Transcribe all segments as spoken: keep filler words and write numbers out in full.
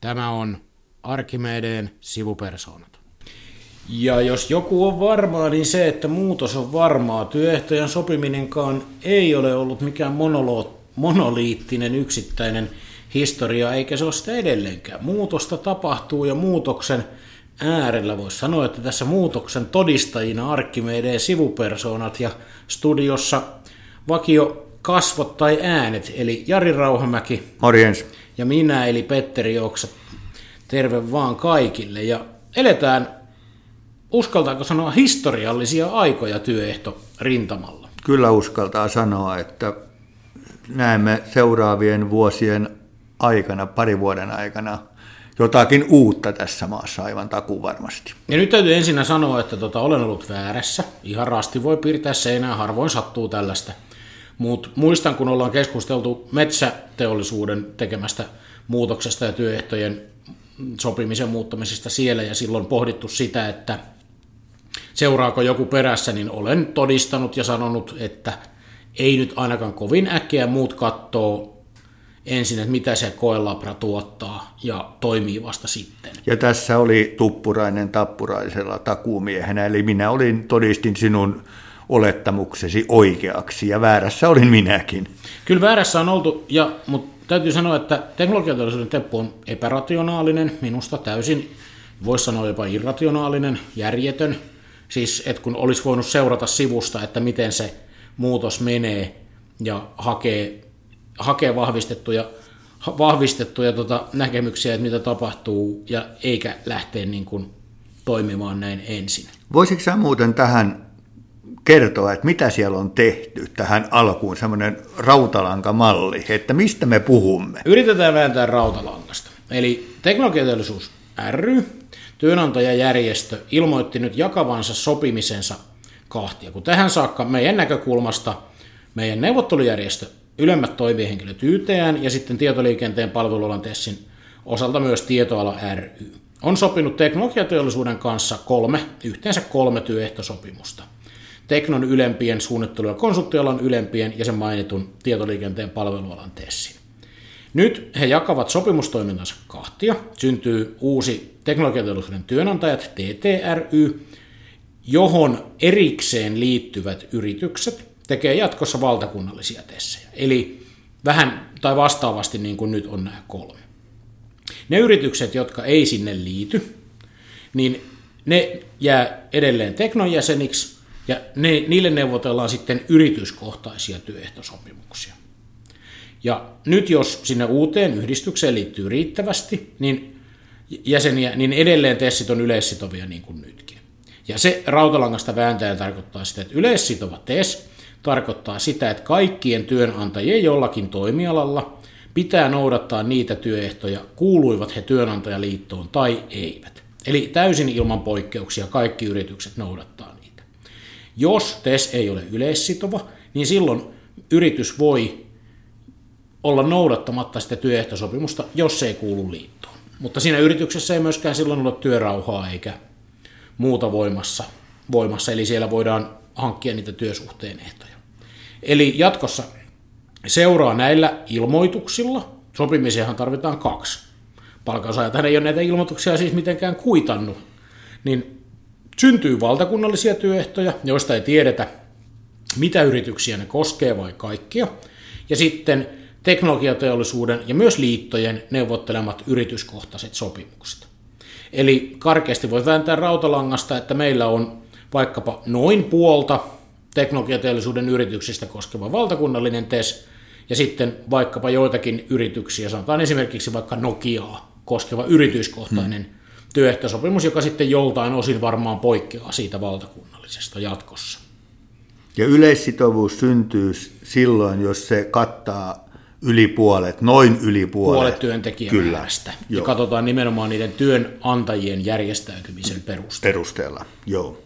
Tämä on Arkimedeen sivupersoonat. Ja jos joku on varmaa, niin se, että muutos on varmaa. Työehtojen sopiminenkaan ei ole ollut mikään monolo- monoliittinen yksittäinen historia, eikä se ole sitä edelleenkään. Muutosta tapahtuu ja muutoksen äärellä voisi sanoa, että tässä muutoksen todistajina Arkimedeen sivupersoonat ja studiossa vakio kasvot tai äänet, eli Jari Rauhamäki. Morjens. Ja minä, eli Petteri Oksa. Terve vaan kaikille. Ja eletään, uskaltaako sanoa, historiallisia aikoja työehtorintamalla? Kyllä uskaltaa sanoa, että näemme seuraavien vuosien aikana, pari vuoden aikana, jotakin uutta tässä maassa aivan takuvarmasti. Ja nyt täytyy ensinnä sanoa, että tota, olen ollut väärässä. Ihan rasti voi piirtää seinään, harvoin sattuu tällaista. Mut muistan, kun ollaan keskusteltu metsäteollisuuden tekemästä muutoksesta ja työehtojen sopimisen muuttamisesta siellä ja silloin pohdittu sitä, että seuraako joku perässä, niin olen todistanut ja sanonut, että ei nyt ainakaan kovin äkkiä muut kattoo ensin, että mitä se koelabra tuottaa ja toimii vasta sitten. Ja tässä oli Tuppurainen Tappuraisella takuumiehenä, eli minä olin todistin sinun olettamuksesi oikeaksi ja väärässä olin minäkin. Kyllä väärässä on oltu, ja, mutta täytyy sanoa, että teknologiateollisuuden Teppu on epärationaalinen, minusta täysin, voisi sanoa jopa irrationaalinen, järjetön. Siis, että kun olisi voinut seurata sivusta, että miten se muutos menee ja hakee, hakee vahvistettuja, vahvistettuja tota, näkemyksiä, että mitä tapahtuu, ja eikä lähteä niin kuin toimimaan näin ensin. Voisitko sä muuten tähän kertoa, että mitä siellä on tehty tähän alkuun, semmoinen rautalankamalli, että mistä me puhumme? Yritetään vääntää rautalangasta. Eli Teknologiateollisuus ry, työnantajajärjestö, ilmoitti nyt jakavansa sopimisensa kahtia. Kun tähän saakka meidän näkökulmasta meidän neuvottelujärjestö, ylemmät toimihenkilöt Y T N ja sitten tietoliikenteen palvelualan Tessin osalta myös Tietoala ry on sopinut teknologiateollisuuden kanssa kolme, yhteensä kolme työehtosopimusta. Teknon ylempien, suunnittelu- ja konsulttialan ylempien ja sen mainitun tietoliikenteen palvelualan Tessin. Nyt he jakavat sopimustoimintansa kahtia. Syntyy uusi teknologiateollisuuden työnantajat T T ry, johon erikseen liittyvät yritykset tekee jatkossa valtakunnallisia tessejä. Eli vähän tai vastaavasti niin kuin nyt on nämä kolme. Ne yritykset, jotka ei sinne liity, niin ne jää edelleen Teknon jäseniksi, ja ne, niille neuvotellaan sitten yrityskohtaisia työehtosopimuksia. Ja nyt jos sinne uuteen yhdistykseen liittyy riittävästi niin jäseniä, niin edelleen tessit on yleissitovia niin kuin nytkin. Ja se rautalangasta vääntäen tarkoittaa sitä, että yleissitova tes tarkoittaa sitä, että kaikkien työnantajien jollakin toimialalla pitää noudattaa niitä työehtoja, kuuluivat he työnantajaliittoon tai eivät. Eli täysin ilman poikkeuksia kaikki yritykset noudattaa niitä. Jos tes ei ole yleissitova, niin silloin yritys voi olla noudattamatta sitä työehtosopimusta, jos se ei kuulu liittoon. Mutta siinä yrityksessä ei myöskään silloin ole työrauhaa eikä muuta voimassa, voimassa eli siellä voidaan hankkia niitä työsuhteen ehtoja. Eli jatkossa seuraa näillä ilmoituksilla, sopimisiahan tarvitaan kaksi. Palkansaajathan ei ole näitä ilmoituksia siis mitenkään kuitannut, niin syntyy valtakunnallisia työehtoja, joista ei tiedetä, mitä yrityksiä ne koskee vai kaikkia, ja sitten teknologiateollisuuden ja myös liittojen neuvottelemat yrityskohtaiset sopimukset. Eli karkeasti voi vääntää rautalangasta, että meillä on vaikkapa noin puolta teknologiateollisuuden yrityksistä koskeva valtakunnallinen tes, ja sitten vaikkapa joitakin yrityksiä, sanotaan esimerkiksi vaikka Nokiaa koskeva yrityskohtainen hmm. työehtosopimus, joka sitten joltain osin varmaan poikkeaa siitä valtakunnallisesta jatkossa. Ja yleissitovuus syntyy silloin, jos se kattaa yli puolet, noin yli puolet. Puolet työntekijämäärästä. Ja joo. Katsotaan nimenomaan niiden työnantajien järjestäytymisen perusteella. Perusteella, joo.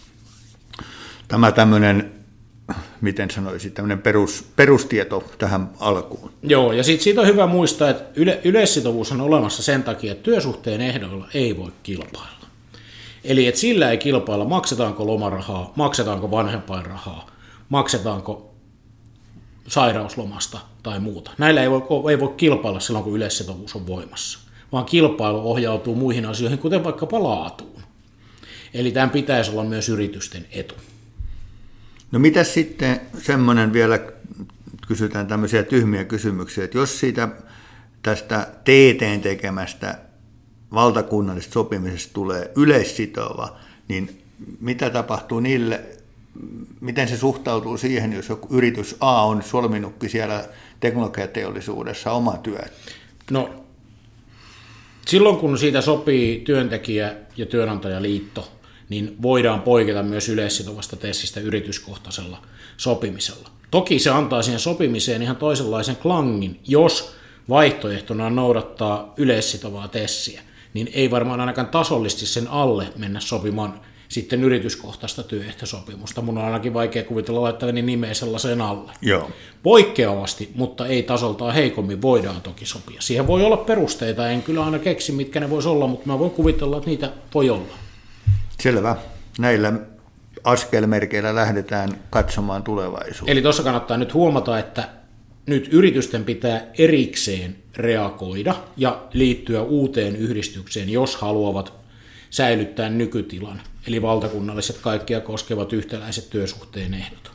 Tämä tämmöinen, miten sanoisin, tämmöinen perus, perustieto tähän alkuun. Joo, ja sitten siitä on hyvä muistaa, että yle, yleissitovuus on olemassa sen takia, että työsuhteen ehdoilla ei voi kilpailla. Eli että sillä ei kilpailla, maksetaanko lomarahaa, maksetaanko vanhempainrahaa, maksetaanko sairauslomasta tai muuta. Näillä ei voi, ei voi kilpailla silloin, kun yleissitovuus on voimassa, vaan kilpailu ohjautuu muihin asioihin, kuten vaikkapa laatuun. Eli tämän pitäisi olla myös yritysten etu. No mitä sitten semmoinen vielä, kysytään tämmöisiä tyhmiä kysymyksiä, että jos siitä tästä T T:n tekemästä valtakunnallisesta sopimisesta tulee yleissitova, niin mitä tapahtuu niille, miten se suhtautuu siihen, jos joku yritys A on solminutkin siellä teknologiateollisuudessa oma työt? No, silloin kun siitä sopii työntekijä- ja työnantajaliitto, niin voidaan poiketa myös yleissitovasta tessistä yrityskohtaisella sopimisella. Toki se antaa siihen sopimiseen ihan toisenlaisen klangin, jos vaihtoehtona on noudattaa yleissitovaa tessiä, niin ei varmaan ainakaan tasollisesti sen alle mennä sopimaan sitten yrityskohtaista työehtosopimusta. Mun on ainakin vaikea kuvitella laittavani nimeä sellaiseen alle. Joo. Poikkeavasti, mutta ei tasoltaan heikommin, voidaan toki sopia. Siihen voi olla perusteita, en kyllä aina keksi, mitkä ne voisi olla, mutta mä voin kuvitella, että niitä voi olla. Selvä. Näillä askelmerkeillä lähdetään katsomaan tulevaisuutta. Eli tuossa kannattaa nyt huomata, että nyt yritysten pitää erikseen reagoida ja liittyä uuteen yhdistykseen, jos haluavat säilyttää nykytilan, eli valtakunnalliset kaikkia koskevat yhtäläiset työsuhteen ehdot.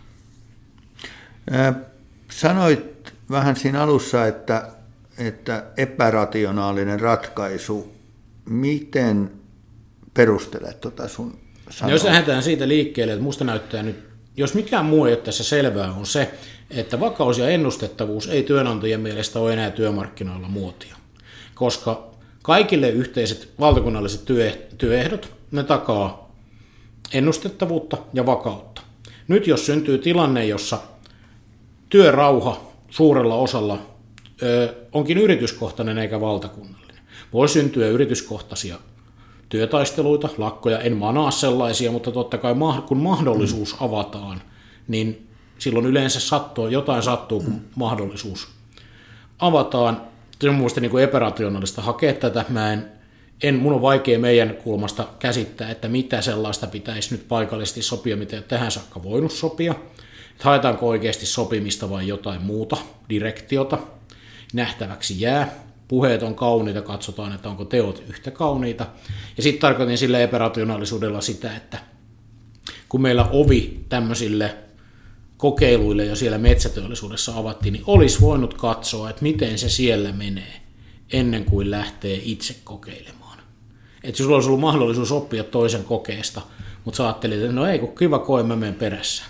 Sanoit vähän siinä alussa, että, että epärationaalinen ratkaisu. Miten perustelet tuota sun sanoa? Jos lähdetään siitä liikkeelle, että musta näyttää nyt, jos mikään muu ei ole tässä selvää, on se, että vakaus ja ennustettavuus ei työnantajien mielestä ole enää työmarkkinoilla muotia, koska kaikille yhteiset valtakunnalliset työehdot, ne takaa ennustettavuutta ja vakautta. Nyt jos syntyy tilanne, jossa työrauha suurella osalla ö, onkin yrityskohtainen eikä valtakunnallinen, voi syntyä yrityskohtaisia työtaisteluita, lakkoja, en manaa sellaisia, mutta totta kai kun mahdollisuus avataan, niin silloin yleensä sattuu, jotain sattuu, kun mahdollisuus avataan. Se on mielestäni niin kuin epärationaalista hakea tätä. Mä en, en, mun on vaikea meidän kulmasta käsittää, että mitä sellaista pitäisi nyt paikallisesti sopia, mitä ei tähän saakka voinut sopia. Että haetaanko oikeasti sopimista vai jotain muuta, direktiota. Nähtäväksi jää. Puheet on kauniita, katsotaan, että onko teot yhtä kauniita. Ja sitten tarkoitin sille epärationaalisuudella sitä, että kun meillä ovi tämmöisille kokeiluille jo siellä metsäteollisuudessa avattiin, niin olisi voinut katsoa, että miten se siellä menee ennen kuin lähtee itse kokeilemaan. Että sulla olisi ollut mahdollisuus oppia toisen kokeesta, mutta sä ajattelit, että no ei, kun kiva koe, mä menen perässä.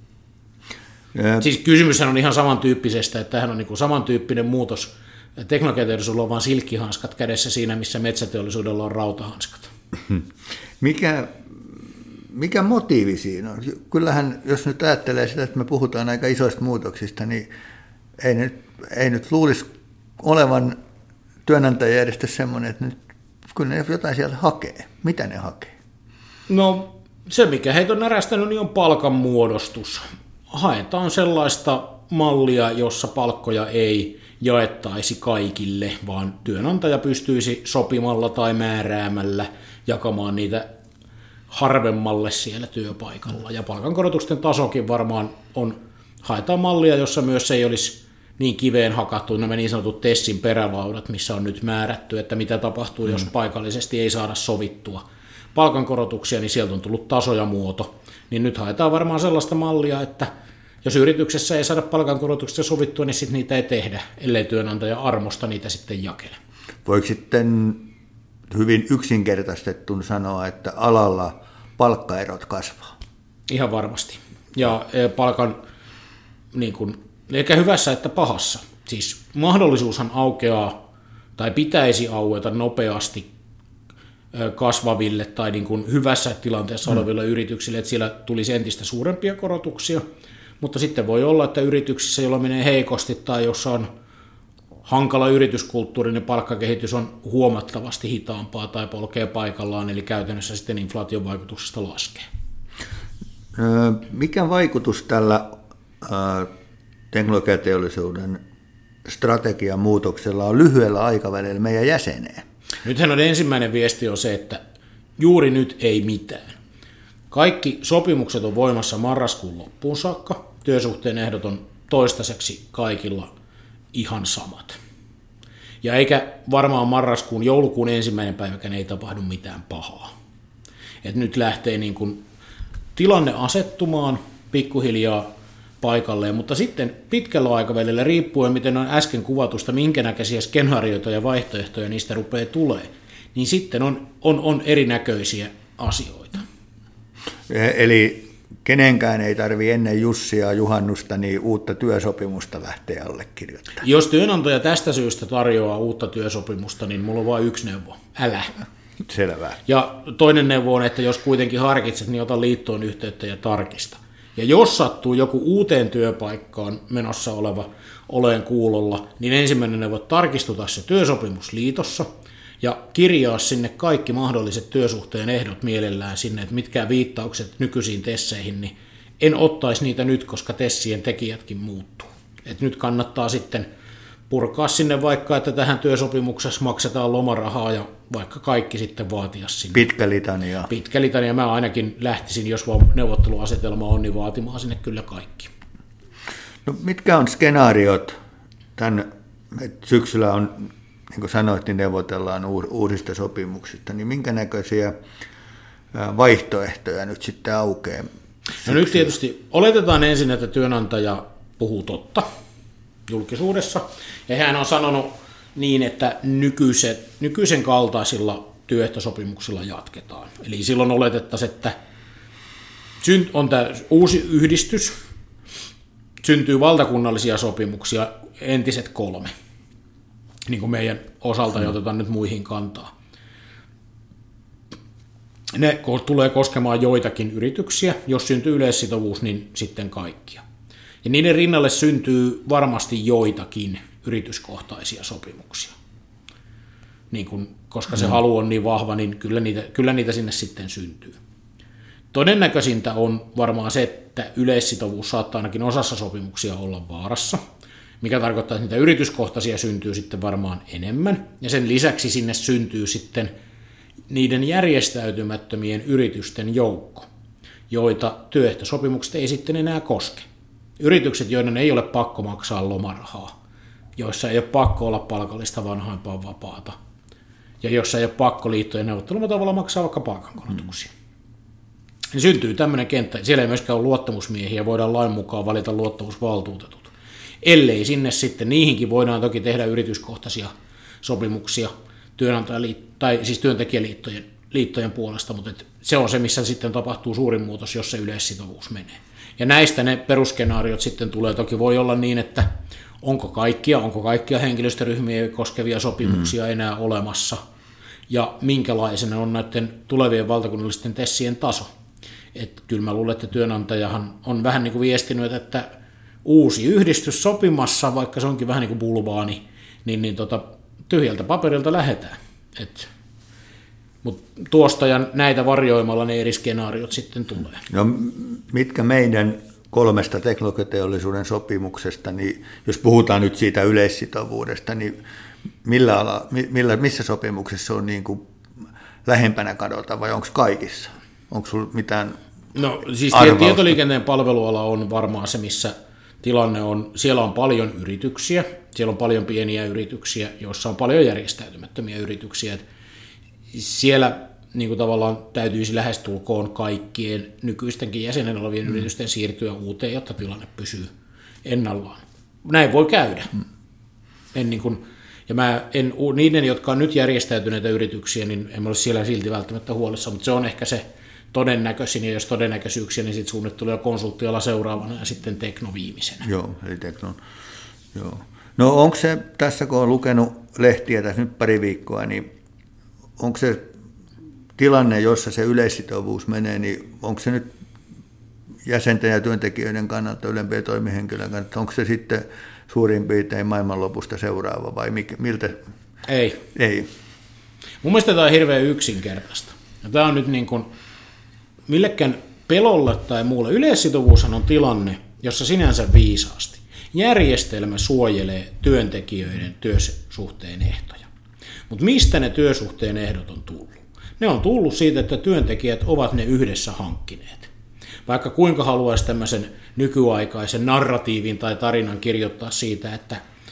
Ja. Siis kysymyshän on ihan samantyyppisestä, että tämähän on niin kuin samantyyppinen muutos. Teknologiateollisuudella on vain silkkihanskat kädessä siinä, missä metsäteollisuudella on rautahanskat. Mikä, mikä motiivi siinä on? Kyllähän, jos nyt ajattelee sitä, että me puhutaan aika isoista muutoksista, niin ei nyt, ei nyt luulisi olevan työnantajajärjestö semmoinen, että nyt kyllä ne jotain sieltä hakee. Mitä ne hakee? No se, mikä heitä on närästänyt, niin on palkanmuodostus. Haetaan sellaista mallia, jossa palkkoja ei jaettaisi kaikille, vaan työnantaja pystyisi sopimalla tai määräämällä jakamaan niitä harvemmalle siellä työpaikalla. Ja palkankorotusten tasokin varmaan on, haetaan mallia, jossa myös se ei olisi niin kiveen hakattu, nämä niin sanotut Tessin perälaudat, missä on nyt määrätty, että mitä tapahtuu, mm. jos paikallisesti ei saada sovittua palkankorotuksia, niin sieltä on tullut taso ja muoto. Niin nyt haetaan varmaan sellaista mallia, että jos yrityksessä ei saada palkankorotuksesta sovittua, niin sitten niitä ei tehdä, ellei työnantaja armosta niitä sitten jakele. Voiko sitten hyvin yksinkertaistettuna sanoa, että alalla palkkaerot kasvaa? Ihan varmasti. Ja palkan, niin kuin, eikä hyvässä että pahassa. Siis mahdollisuushan aukeaa, tai pitäisi aueta nopeasti kasvaville tai niin kuin hyvässä tilanteessa oleville mm. yrityksille, että siellä tulisi entistä suurempia korotuksia. Mutta sitten voi olla, että yrityksissä, joilla menee heikosti tai jossa on hankala yrityskulttuuri, niin palkkakehitys on huomattavasti hitaampaa tai polkee paikallaan, eli käytännössä sitten inflaation vaikutuksesta laskee. Mikä vaikutus tällä teknologiateollisuuden strategian muutoksella on lyhyellä aikavälillä meidän jäseneen? Nythän on ensimmäinen viesti on se, että juuri nyt ei mitään. Kaikki sopimukset on voimassa marraskuun loppuun saakka. Työsuhteen ehdot on toistaiseksi kaikilla ihan samat. Ja eikä varmaan marraskuun, joulukuun ensimmäinen päiväkään ei tapahdu mitään pahaa. Et nyt lähtee niin kuin tilanne asettumaan pikkuhiljaa paikalleen, mutta sitten pitkällä aikavälillä, riippuen miten on äsken kuvatusta, minkä näköisiä skenaarioita ja vaihtoehtoja niistä rupeaa tulee, niin sitten on, on, on erinäköisiä asioita. Eli kenenkään ei tarvitse ennen Jussia juhannusta niin uutta työsopimusta lähteä allekirjoittamaan. Jos työnantaja tästä syystä tarjoaa uutta työsopimusta, niin mulla on vain yksi neuvo. Älä. Selvä. Ja toinen neuvo on, että jos kuitenkin harkitset, niin ota liittoon yhteyttä ja tarkista. Ja jos sattuu joku uuteen työpaikkaan menossa oleva oleen kuulolla, niin ensimmäinen neuvo, tarkistuta se työsopimus liitossa ja kirjaa sinne kaikki mahdolliset työsuhteen ehdot mielellään sinne, että mitkä viittaukset nykyisiin tesseihin, niin en ottaisi niitä nyt, koska tessien tekijätkin muuttuu. Et nyt kannattaa sitten purkaa sinne vaikka, että tähän työsopimuksessa maksetaan lomarahaa ja vaikka kaikki sitten vaatia sinne. Pitkä litania. Pitkä litania. Mä ainakin lähtisin, jos vaan neuvotteluasetelma on, niin vaatimaan sinne kyllä kaikki. No, mitkä on skenaariot? Tän, syksyllä on, niin kuin sanoit, niin neuvotellaan uusista sopimuksista, niin minkä näköisiä vaihtoehtoja nyt sitten aukeaa? No nyt tietysti oletetaan ensin, että työnantaja puhuu totta julkisuudessa, ja hän on sanonut niin, että nykyiset, nykyisen kaltaisilla työehtosopimuksilla jatketaan. Eli silloin oletettaisiin, että on tämä uusi yhdistys, syntyy valtakunnallisia sopimuksia, entiset kolme, niin kuin meidän osalta, ja otetaan nyt muihin kantaa. Ne tulee koskemaan joitakin yrityksiä, jos syntyy yleissitovuus, niin sitten kaikkia. Ja niiden rinnalle syntyy varmasti joitakin yrityskohtaisia sopimuksia. Niin kun, koska se mm. halu on niin vahva, niin kyllä niitä, kyllä niitä sinne sitten syntyy. Todennäköisintä on varmaan se, että yleissitovuus saattaa ainakin osassa sopimuksia olla vaarassa, mikä tarkoittaa, että niitä yrityskohtaisia syntyy sitten varmaan enemmän. Ja sen lisäksi sinne syntyy sitten niiden järjestäytymättömien yritysten joukko, joita työehtosopimukset ei sitten enää koske. Yritykset, joiden ei ole pakko maksaa lomarahaa, joissa ei ole pakko olla palkallista vanhaimpaan vapaata, ja jossa ei ole pakko liittojen neuvottelutavalla maksaa vaikka palkankorotuksia. Mm. Syntyy tämmöinen kenttä, siellä ei myöskään ole luottamusmiehiä, voidaan lain mukaan valita luottamusvaltuutetut. Ellei sinne sitten, niihinkin voidaan toki tehdä yrityskohtaisia sopimuksia työnantajaliit- tai siis työntekijäliittojen liittojen puolesta, mutta se on se, missä sitten tapahtuu suurin muutos, jos se yleissitovuus menee. Ja näistä ne perusskenaariot sitten tulee. Toki voi olla niin, että onko kaikkia, onko kaikkia henkilöstöryhmiä koskevia sopimuksia mm. enää olemassa, ja minkälaisena on näiden tulevien valtakunnallisten tessien taso. Et kyllä mä luulen, että työnantajahan on vähän niin kuin viestinyt, että uusi yhdistys sopimassa, vaikka se onkin vähän niin kuin bulvaani, niin, niin tota, tyhjältä paperilta lähdetään. Mutta tuosta ja näitä varjoimalla ne eri skenaariot sitten tulee. No, mitkä meidän kolmesta teknologiateollisuuden sopimuksesta, niin jos puhutaan nyt siitä yleissitovuudesta, niin millä ala, millä, missä sopimuksessa on niin kuin lähempänä kadota vai onko kaikissa? Onko sinulla mitään No siis arvausta? Tietoliikenteen palveluala on varmaan se, missä tilanne on, siellä on paljon yrityksiä, siellä on paljon pieniä yrityksiä, joissa on paljon järjestäytymättömiä yrityksiä. Siellä niin kuin tavallaan täytyisi lähestulkoon kaikkien nykyistenkin jäsenen olevien mm. yritysten siirtyä uuteen, jotta tilanne pysyy ennallaan. Näin voi käydä. Mm. En niin kuin, ja mä en, niiden, jotka on nyt järjestäytyneitä yrityksiä, niin en ole siellä silti välttämättä huolissa, mutta se on ehkä se todennäköisin, ja jos todennäköisyyksiä, niin sitten suunnittelu- ja konsulttiala seuraavana ja sitten tekno viimeisenä. Joo, eli tekno. Joo. No onko se, tässä kun on lukenut lehtiä tässä nyt pari viikkoa, niin onko se tilanne, jossa se yleissitovuus menee, niin onko se nyt jäsenten ja työntekijöiden kannalta, ylempien toimihenkilön kannalta, onko se sitten suurin piirtein maailmanlopusta seuraava vai miltä? Ei. Ei. Mun mielestä tämä on hirveän yksinkertaista. Ja tämä on nyt niin kuin millekään pelolle tai muulle. Yleissitovuushan on tilanne, jossa sinänsä viisaasti järjestelmä suojelee työntekijöiden työsuhteen ehtoja. Mutta mistä ne työsuhteen ehdot on tullut? Ne on tullut siitä, että työntekijät ovat ne yhdessä hankkineet. Vaikka kuinka haluaisi tämmöisen nykyaikaisen narratiivin tai tarinan kirjoittaa siitä, että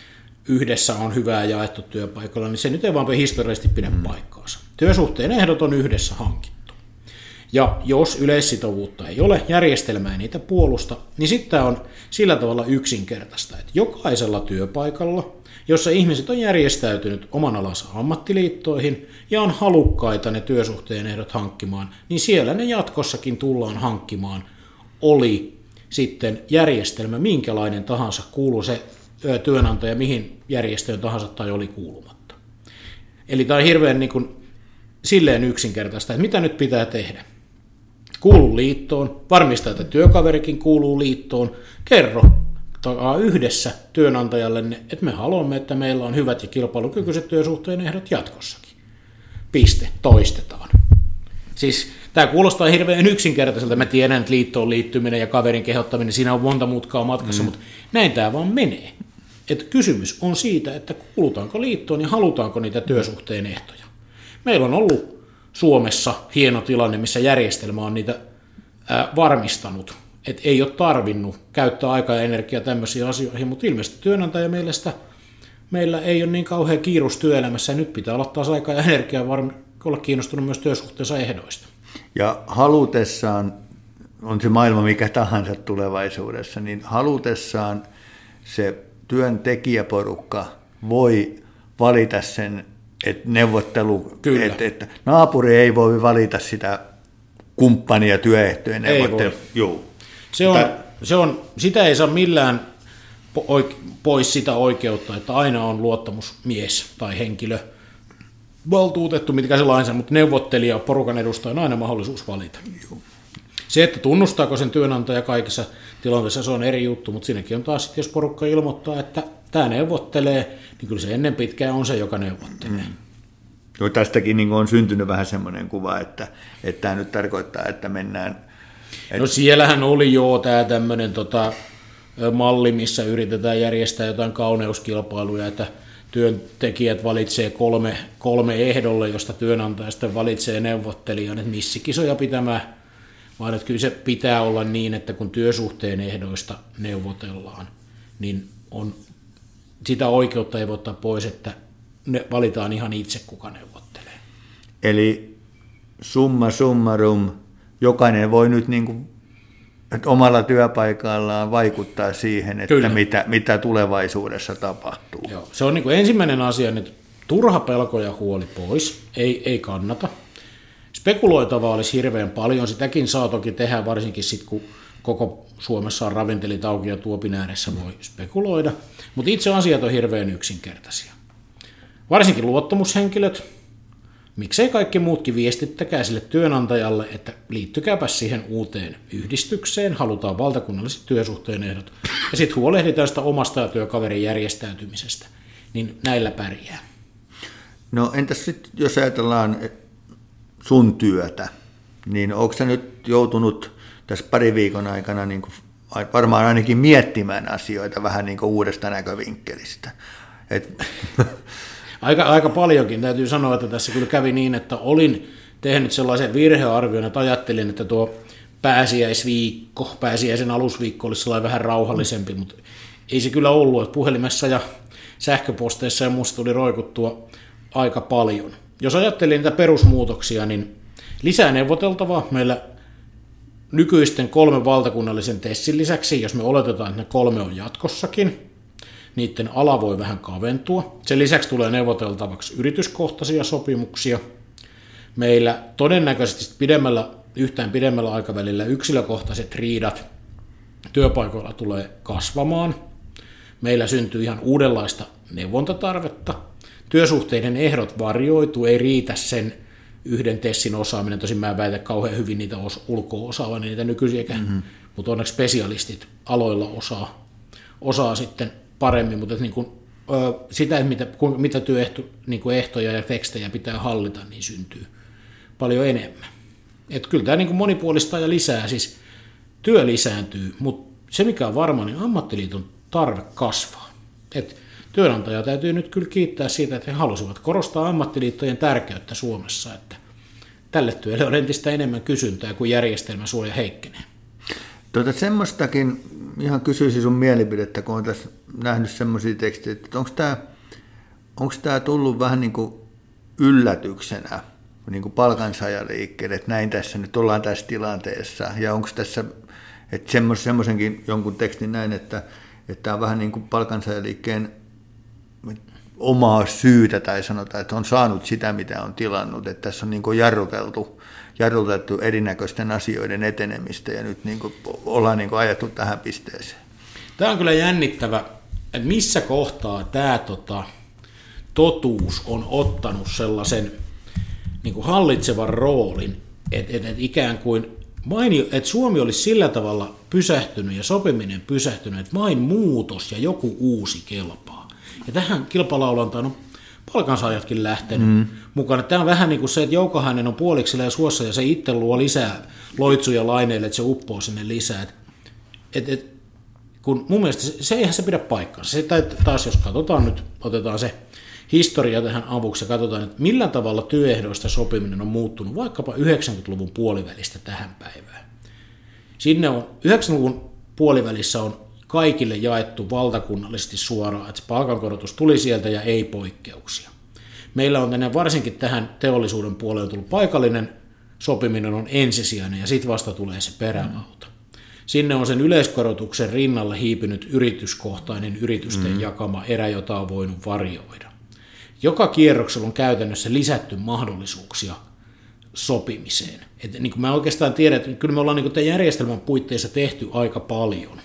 yhdessä on hyvää jaettu työpaikalla, niin se nyt ei vaan historiallisesti pidä mm. paikkaansa. Työsuhteen ehdot on yhdessä hankittu. Ja jos yleissitovuutta ei ole, järjestelmä ei niitä puolusta, niin sitten tämä on sillä tavalla yksinkertaista, että jokaisella työpaikalla, jossa ihmiset on järjestäytynyt oman alansa ammattiliittoihin ja on halukkaita ne työsuhteen ehdot hankkimaan, niin siellä ne jatkossakin tullaan hankkimaan, oli sitten järjestelmä minkälainen tahansa, kuuluu se työnantaja mihin järjestöön tahansa tai oli kuulumatta. Eli tämä on hirveän niin kuin, silleen yksinkertaista, että mitä nyt pitää tehdä. Kuulu liittoon, varmista, että työkaverikin kuuluu liittoon, kerro yhdessä työnantajalle, että me haluamme, että meillä on hyvät ja kilpailukykyiset työsuhteen ehdot jatkossakin. Piste, toistetaan. Siis tämä kuulostaa hirveän yksinkertaiselta. Mä tiedän, että liittoon liittyminen ja kaverin kehottaminen, siinä on monta mutkaa matkassa, mm. mutta näin tämä vaan menee. Että kysymys on siitä, että kuulutaanko liittoon ja halutaanko niitä työsuhteen ehtoja. Meillä on ollut Suomessa hieno tilanne, missä järjestelmä on niitä ää, varmistanut, että ei ole tarvinnut käyttää aikaa ja energiaa tämmöisiin asioihin, mutta ilmeisesti työnantajan mielestä meillä ei ole niin kauhean kiirus työelämässä, ja nyt pitää olla taas aikaa ja energiaa varm- olla kiinnostunut myös työsuhteensa ehdoista. Ja halutessaan, on se maailma mikä tahansa tulevaisuudessa, niin halutessaan se työntekijäporukka voi valita sen, että neuvottelu, että, että naapuri ei voi valita sitä kumppania työehtojen neuvottelu. Joo. Se on, se on, sitä ei saa millään pois sitä oikeutta, että aina on luottamusmies tai henkilö, valtuutettu, mitkä se lainsa, mutta neuvottelija, porukan edustaja on aina mahdollisuus valita. Joo. Se, että tunnustaako sen työnantaja kaikissa tilanteissa, se on eri juttu, mutta siinäkin on taas, jos porukka ilmoittaa, että tämä neuvottelee, niin kyllä se ennen pitkään on se, joka neuvottelee. Mm. No, tästäkin niin on syntynyt vähän semmoinen kuva, että, että tämä nyt tarkoittaa, että mennään... Että... No siellähän oli jo tämä tämmöinen tota, malli, missä yritetään järjestää jotain kauneuskilpailuja, että työntekijät valitsee kolme, kolme ehdolle, josta työnantaja sitten valitsee neuvottelijan, että missikisoja pitämään, vaan että kyllä se pitää olla niin, että kun työsuhteen ehdoista neuvotellaan, niin on, sitä oikeutta ei voi ottaa pois, että ne valitaan ihan itse, kuka neuvottelee. Eli summa summarum, jokainen voi nyt niin kuin, että omalla työpaikallaan vaikuttaa siihen, että mitä, mitä tulevaisuudessa tapahtuu. Joo, se on niin kuin ensimmäinen asia, että turha pelko ja huoli pois, ei, ei kannata. Spekuloitavaa olisi hirveän paljon, sitäkin saa toki tehdä, varsinkin sitten kun koko Suomessa on ravintelit auki ja tuopin ääressä voi spekuloida, mutta itse asiat on hirveän yksinkertaisia. Varsinkin luottamushenkilöt, miksei kaikki muutkin viestittäkää sille työnantajalle, että liittykääpä siihen uuteen yhdistykseen, halutaan valtakunnalliset työsuhteen ehdot, ja sitten huolehditaan sitä omasta ja työkaverin järjestäytymisestä, niin näillä pärjää. No entäs sitten, jos ajatellaan sun työtä, niin onko sä nyt joutunut tässä pari viikon aikana niin kuin, varmaan ainakin miettimään asioita vähän niin kuin uudesta näkövinkkelistä? Et... Aika, aika paljonkin. Täytyy sanoa, että tässä kyllä kävi niin, että olin tehnyt sellaisen virhearvion, että ajattelin, että tuo pääsiäisviikko, pääsiäisen alusviikko olisi sellainen vähän rauhallisempi, mutta ei se kyllä ollut, että puhelimessa ja sähköposteissa ja musta tuli roikuttua aika paljon. Jos ajattelin niitä perusmuutoksia, niin lisää neuvoteltavaa meillä nykyisten kolmen valtakunnallisen tessin lisäksi, jos me oletetaan, että ne kolme on jatkossakin, niiden ala voi vähän kaventua. Sen lisäksi tulee neuvoteltavaksi yrityskohtaisia sopimuksia. Meillä todennäköisesti pidemmällä, yhtään pidemmällä aikavälillä yksilökohtaiset riidat työpaikoilla tulee kasvamaan. Meillä syntyy ihan uudenlaista neuvontatarvetta. Työsuhteiden ehdot varjoituu, ei riitä sen yhden tessin osaaminen. Tosin mä en väitä kauhean hyvin niitä ulkoa osaavani, niitä nykyisiäkään, mm-hmm. mutta onneksi spesialistit aloilla osaa, osaa sitten paremmin, mutta niin kuin, ö, sitä, että mitä, mitä työehto, niin kuin ehtoja ja tekstejä pitää hallita, niin syntyy paljon enemmän. Et kyllä tämä niin kuin monipuolistaa ja lisää, siis työ lisääntyy, mutta se mikä on varma, niin ammattiliiton tarve kasvaa. Et työnantaja täytyy nyt kyllä kiittää siitä, että he halusivat korostaa ammattiliittojen tärkeyttä Suomessa, että tälle työlle on entistä enemmän kysyntää, kun järjestelmäsuoja heikkenee. Tuota, semmoistakin ihan kysyisin sun mielipidettä, kun on tässä nähnyt semmoisia tekstejä, että onko tämä onko tämä tullut vähän niin kuin yllätyksenä niin kuin palkansaajaliikkeelle, että näin tässä nyt ollaan tässä tilanteessa, ja onko tässä, että semmoisenkin jonkun tekstin näin, että että tämä on vähän niin kuin palkansaajaliikkeen omaa syytä, tai sanotaan, että on saanut sitä, mitä on tilannut, että tässä on niin kuin jarruteltu, jarruteltu erinäköisten asioiden etenemistä, ja nyt niin kuin ollaan niin kuin ajettu tähän pisteeseen. Tämä on kyllä jännittävä, että missä kohtaa tämä tota, totuus on ottanut sellaisen niin kuin hallitsevan roolin, että, että, että ikään kuin mainio, että Suomi olisi sillä tavalla pysähtynyt ja sopiminen pysähtynyt, että vain muutos ja joku uusi kelpaa. Ja tähän kilpalaulantaan on palkansaajatkin lähtenyt mm. mukaan. Tämä on vähän niin kuin se, että Joukahainen on puoliksi ja suossa ja se itse luo lisää loitsuja laineille, että se uppoo sinne lisää. Et, et, et, kun mun mielestä se, se eihän se pidä paikkaansa. Se, taas jos katsotaan nyt, otetaan se historia tähän avuksi ja katsotaan, että millä tavalla työehdoista sopiminen on muuttunut vaikkapa yhdeksänkymmentäluvun puolivälistä tähän päivään. Sinne on, yhdeksänkymmentäluvun puolivälissä on kaikille jaettu valtakunnallisesti suoraan, että palkankorotus tuli sieltä ja ei poikkeuksia. Meillä on tänne varsinkin tähän teollisuuden puolelle tullut paikallinen sopiminen on ensisijainen ja sitten vasta tulee se perälauta. Sinne on sen yleiskorotuksen rinnalla hiipynyt yrityskohtainen yritysten mm. jakama erä, jota on voinut varjoida. Joka kierroksella on käytännössä lisätty mahdollisuuksia sopimiseen. Et niin kuin mä oikeastaan tiedän, että kyllä me ollaan niin kuin tämän järjestelmän puitteissa tehty aika paljon.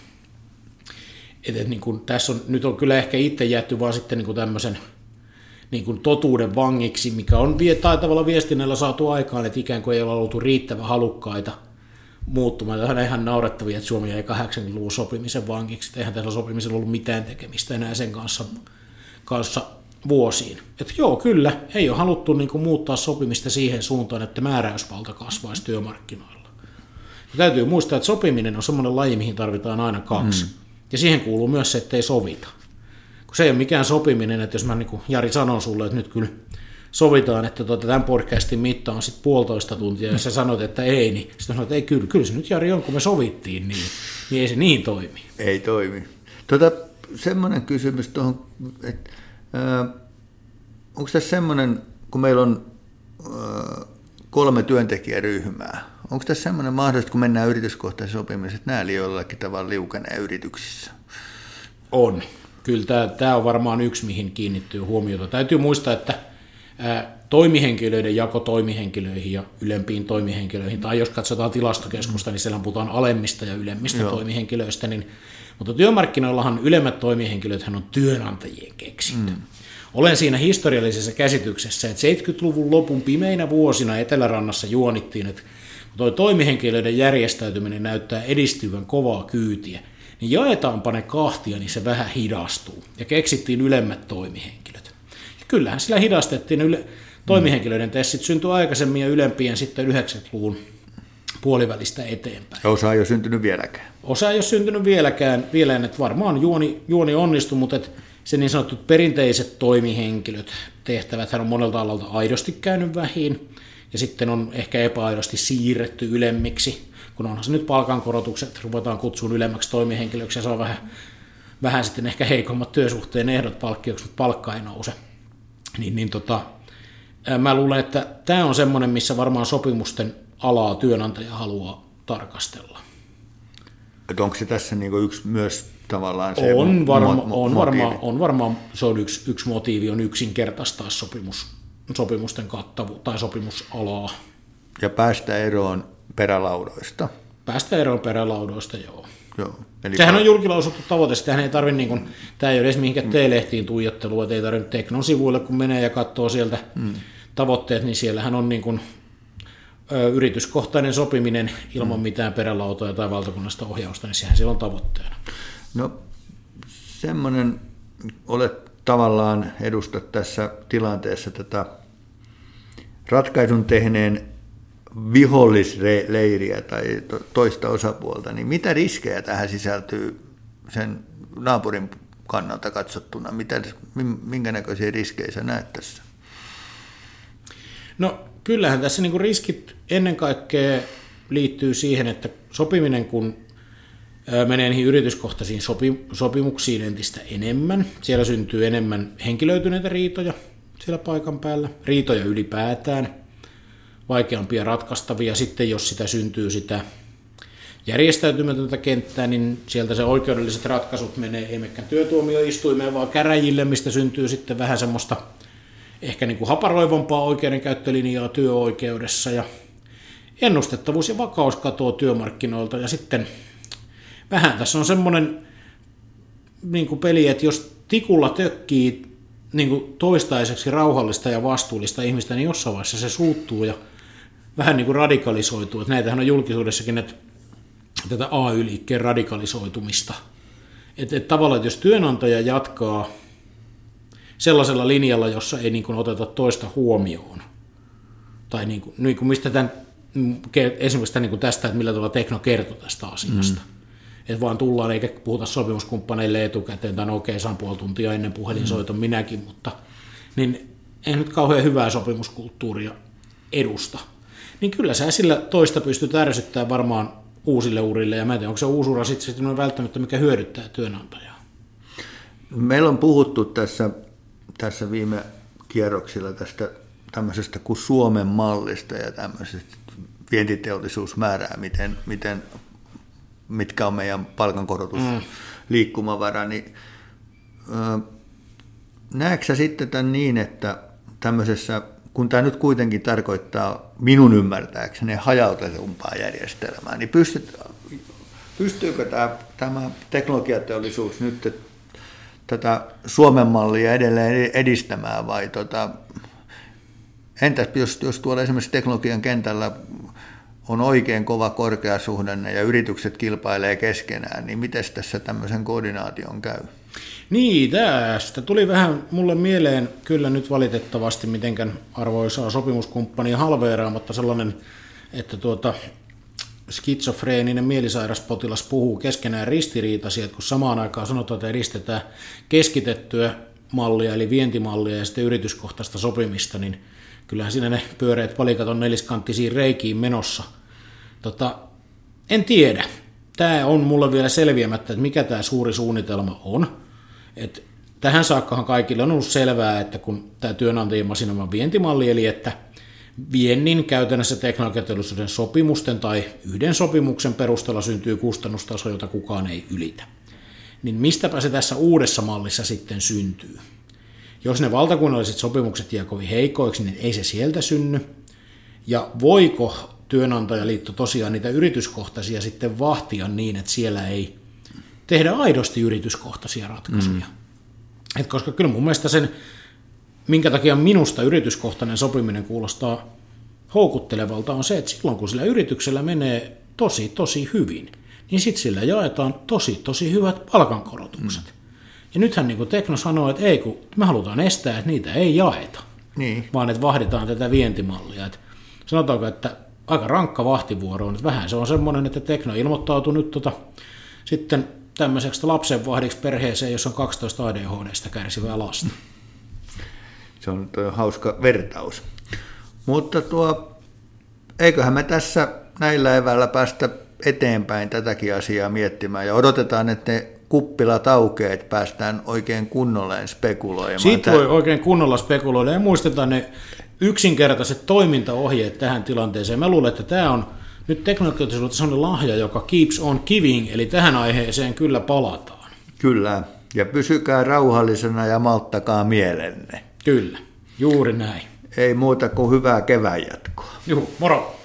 Et, et niin kuin tässä on, nyt on kyllä ehkä itse jäätty vaan sitten niin kuin tämmöisen niin kuin totuuden vangiksi, mikä on taitavalla viestinnällä saatu aikaan, että ikään kuin ei olla oltu riittävän halukkaita muuttumaan. Tämä on ihan naurettavia, että Suomi jäi kahdeksankymmentäluvun sopimisen vangiksi. Eihän tässä sopimisella ollut mitään tekemistä enää sen kanssa, kanssa vuosiin. Että joo, kyllä, ei ole haluttu niin kuin muuttaa sopimista siihen suuntaan, että määräysvalta kasvaisi työmarkkinoilla. Ja täytyy muistaa, että sopiminen on semmoinen laji, mihin tarvitaan aina kaksi. Mm. Ja siihen kuuluu myös se, että ei sovita. Kun se ei ole mikään sopiminen, että jos mä niin kuin Jari sanon sulle, että nyt kyllä sovitaan, että tuota, tämän podcastin mitta on sitten puolitoista tuntia, ja sä sanot, että ei, niin sitten sanoit, että ei, kyllä, kyllä se nyt Jari on, kun me sovittiin, niin, niin ei se niin toimi. Ei toimi. Tuota, semmoinen kysymys tuohon, että äh, onko tässä semmoinen, kun meillä on äh, kolme työntekijäryhmää, onko tässä semmoinen mahdollista, kun mennään yrityskohtaisen sopimiseen, että nämä jollakin tavalla liukenee yrityksissä? On. Kyllä tämä, tämä on varmaan yksi, mihin kiinnittyy huomiota. Täytyy muistaa, että toimihenkilöiden jako toimihenkilöihin ja ylempiin toimihenkilöihin, tai jos katsotaan tilastokeskusta, niin siellä puhutaan alemmista ja ylemmistä Joo. toimihenkilöistä, niin, mutta työmarkkinoillahan ylemmät toimihenkilöthän on työnantajien keksintö. Mm. Olen siinä historiallisessa käsityksessä, että seitsemänkymmentäluvun lopun pimeinä vuosina Etelärannassa juonittiin, että kun tuo toimihenkilöiden järjestäytyminen näyttää edistyvän kovaa kyytiä, niin jaetaanpa ne kahtia, niin se vähän hidastuu, ja keksittiin ylemmät toimihenkilöt. Kyllähän sillä hidastettiin, yle- toimihenkilöiden testit syntyi aikaisemmin ja ylempien sitten yhdeksänkymmentäluvun puolivälistä eteenpäin. Osa ei ole syntynyt vieläkään. Osa ei ole syntynyt vieläkään, vielä että varmaan juoni, juoni onnistui, mutta et se niin sanotut perinteiset toimihenkilöt, tehtävät on monelta alalta aidosti käynyt vähin, ja sitten on ehkä epäaidosti siirretty ylemmiksi, kun onhan se nyt palkankorotukset, ruvetaan kutsumaan ylemmäksi toimihenkilöksi, ja se on vähän, vähän sitten ehkä heikommat työsuhteen ehdot palkkioksi, mutta palkka ei nouse. Niin, niin tota, mä luulen, että tämä on semmoinen, missä varmaan sopimusten alaa työnantaja haluaa tarkastella. Että onko se tässä niinku yksi myös tavallaan se on varma, mo- mo- on varmaan, on varmaan, se on yksi, yksi motiivi, on yksinkertaistaa sopimus, sopimusten kattavuutta tai sopimusalaa. Ja päästä eroon perälaudoista. Päästä eroon perälaudoista, joo. Joo. Eli Sehän on julkilausuttu tavoite, sitähän ei tarvitse, niin kuin, tämä ei ole edes mihinkään T-lehtiin tuijottelua, että ei tarvitse Teknon sivuille, kun menee ja katsoo sieltä mm. tavoitteet, niin siellähän on niin kuin, ö, yrityskohtainen sopiminen ilman mm. mitään perälautoja tai valtakunnasta ohjausta, niin sehän siellä on tavoitteena. No semmoinen, olet tavallaan edustat tässä tilanteessa tätä ratkaisun tehneen vihollisleiriä tai toista osapuolta, niin mitä riskejä tähän sisältyy sen naapurin kannalta katsottuna? Mitä, minkä näköisiä riskejä sä näet tässä? No kyllähän tässä niinku riskit ennen kaikkea liittyy siihen, että sopiminen kun menee niihin yrityskohtaisiin sopi, sopimuksiin entistä enemmän. Siellä syntyy enemmän henkilöityneitä riitoja siellä paikan päällä, riitoja ylipäätään, vaikeampia ratkaistavia. Sitten jos sitä syntyy sitä järjestäytymätöntä kenttää, niin sieltä se oikeudelliset ratkaisut menee ei mekään työtuomioistuimeen, vaan käräjille, mistä syntyy sitten vähän semmoista ehkä niin kuin haparoivampaa oikeudenkäyttölinjaa työoikeudessa, ja ennustettavuus ja vakaus katoaa työmarkkinoilta, ja sitten vähän tässä on semmoinen niin kuin peli, että jos tikulla tökkii niin kuin toistaiseksi rauhallista ja vastuullista ihmistä, niin jossain vaiheessa se suuttuu ja vähän niin kuin radikalisoituu. Että näitähän on julkisuudessakin, että tätä A Y-liikkeen radikalisoitumista. Että et tavallaan, että jos työnantaja jatkaa sellaisella linjalla, jossa ei niin kuin oteta toista huomioon, tai niin kuin, niin kuin mistä tämän, esimerkiksi tämän, niin kuin tästä, että millä tavalla Tekno kertoi tästä asiasta. Mm. Että vaan tullaan eikä puhuta sopimuskumppaneille etukäteen, tai no okei, saan puoli tuntia ennen puhelinsoiton mm. minäkin, mutta niin ei nyt kauhean hyvää sopimuskulttuuria edusta. Niin kyllä sä sillä toista pystyt ärsyttämään varmaan uusille urille, ja mä en tiedä, onko se uusi ura sitten, sitten välttämättä, mikä hyödyttää työnantajaa. Meillä on puhuttu tässä, tässä viime kierroksilla tästä tämmöisestä kuin Suomen mallista ja tämmöisestä vientiteollisuusmäärää, miten, miten, mitkä on meidän palkankorotus mm. liikkumavara, niin äh, näetkö sä sitten tämän niin, että tämmöisessä, kun tämä nyt kuitenkin tarkoittaa minun ymmärtääkseni hajautetumpaa järjestelmää, niin pystyt, pystyykö tämä, tämä teknologiateollisuus nyt tätä Suomen mallia edelleen edistämään, vai tota, entäs jos, jos tuolla esimerkiksi teknologian kentällä on oikein kova korkeasuhdanne ja yritykset kilpailee keskenään, niin miten tässä tämmöisen koordinaation käy? Niin, tästä tuli vähän mulle mieleen kyllä nyt valitettavasti mitenkään arvoisaa sopimuskumppania halveeraamatta sellainen, että tuota, skitsofreeninen mielisairaspotilas puhuu keskenään ristiriitaisia, että kun samaan aikaan sanotaan, että edistetään keskitettyä mallia eli vientimallia ja sitten yrityskohtaista sopimista, niin kyllähän siinä ne pyöreät palikat on neliskanttisiin reikiin menossa. Tota, en tiedä. Tämä on mulle vielä selviämättä, että mikä tämä suuri suunnitelma on. Et tähän saakkahan kaikille on ollut selvää, että kun tämä työnantajien masinoima vientimalli, eli että viennin käytännössä teknologiateollisuuden sopimusten tai yhden sopimuksen perusteella syntyy kustannustaso, jota kukaan ei ylitä. Niin mistäpä se tässä uudessa mallissa sitten syntyy? Jos ne valtakunnalliset sopimukset jää kovin heikoiksi, niin ei se sieltä synny. Ja voiko työnantajaliitto tosiaan niitä yrityskohtaisia sitten vahtia niin, että siellä ei tehdä aidosti yrityskohtaisia ratkaisuja? Mm. Et koska kyllä mun mielestä sen, minkä takia minusta yrityskohtainen sopiminen kuulostaa houkuttelevalta, on se, että silloin kun sillä yrityksellä menee tosi tosi hyvin, niin sitten sillä jaetaan tosi tosi hyvät palkankorotukset. Mm. Ja nythän niin kuin Tekno sanoo, että ei, kun me halutaan estää, että niitä ei jaeta, niin. vaan että vahditaan tätä vientimallia. Et sanotaanko, että aika rankka vahtivuoro on, että vähän se on semmoinen, että Tekno ilmoittautui nyt tota, sitten tämmöiseksi lapsenvahdiksi perheeseen, jossa on kaksitoista A D H D:stä kärsivää lasta. Se on hauska vertaus. Mutta tuo, eiköhän me tässä näillä eväillä päästä eteenpäin tätäkin asiaa miettimään ja odotetaan, että ne kuppilat aukeaa, että päästään oikein kunnolleen spekuloimaan. Siitä voi oikein kunnolla spekuloida ja muistetaan ne yksinkertaiset toimintaohjeet tähän tilanteeseen. Mä luulen, että tämä on nyt teknologiateollisuudessa sellainen lahja, joka keeps on giving, eli tähän aiheeseen kyllä palataan. Kyllä, ja pysykää rauhallisena ja malttakaa mielenne. Kyllä, juuri näin. Ei muuta kuin hyvää kevään jatkoa. Juhu, moro!